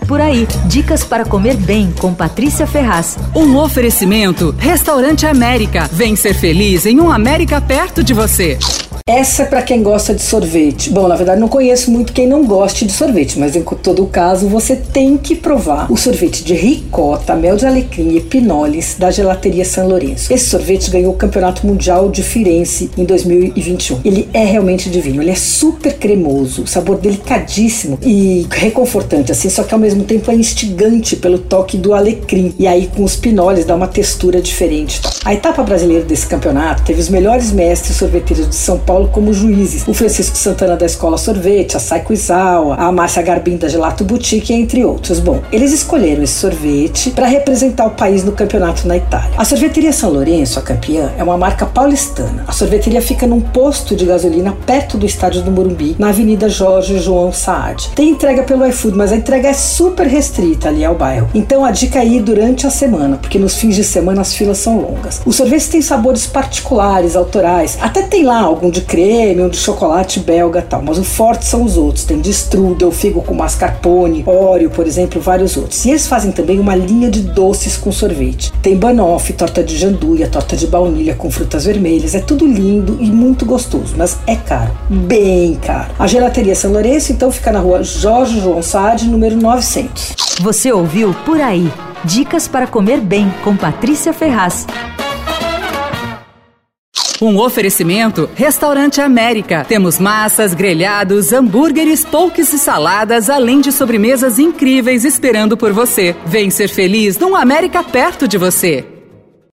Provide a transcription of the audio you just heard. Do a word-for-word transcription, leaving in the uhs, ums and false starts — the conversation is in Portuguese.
Por Aí, dicas para comer bem com Patrícia Ferraz. Um oferecimento, Restaurante América. Vem ser feliz em um América perto de você. Essa é para quem gosta de sorvete. Bom, na verdade não conheço muito quem não goste de sorvete, mas em todo caso você tem que provar o sorvete de ricota, mel de alecrim e pinoles da Gelateria San Lorenzo. Esse sorvete ganhou o Campeonato Mundial de Firenze em dois mil e vinte e um. Ele é realmente divino, ele é super cremoso, sabor delicadíssimo e reconfortante assim, só que ao mesmo tempo é instigante pelo toque do alecrim. E aí com os pinoles dá uma textura diferente. A etapa brasileira desse campeonato teve os melhores mestres sorveteiros de São Paulo como juízes, o Francisco Santana da Escola Sorvete, a Saiko Izawa, a Márcia Garbim da Gelato Boutique, entre outros. Bom, eles escolheram esse sorvete para representar o país no campeonato na Itália. A Sorveteria San Lorenzo, a campeã, é uma marca paulistana. A sorveteria fica num posto de gasolina perto do estádio do Morumbi, na Avenida Jorge João Saad. Tem entrega pelo iFood, mas a entrega é super restrita ali ao bairro. Então a dica é ir durante a semana, porque nos fins de semana as filas são longas. Os sorvetes têm sabores particulares, autorais, até tem lá algum de creme ou de chocolate belga e tal, mas o forte são os outros. Tem de strudel, figo com mascarpone, Oreo, por exemplo, vários outros. E eles fazem também uma linha de doces com sorvete. Tem banoffee, torta de janduia, torta de baunilha com frutas vermelhas. É tudo lindo e muito gostoso, mas é caro, bem caro. A Gelateria San Lorenzo, então, fica na rua Jorge João Saad, número novecentos. Você ouviu Por Aí, dicas para comer bem com Patrícia Ferraz. Um oferecimento, Restaurante América. Temos massas, grelhados, hambúrgueres, poutes e saladas, além de sobremesas incríveis esperando por você. Vem ser feliz num América perto de você.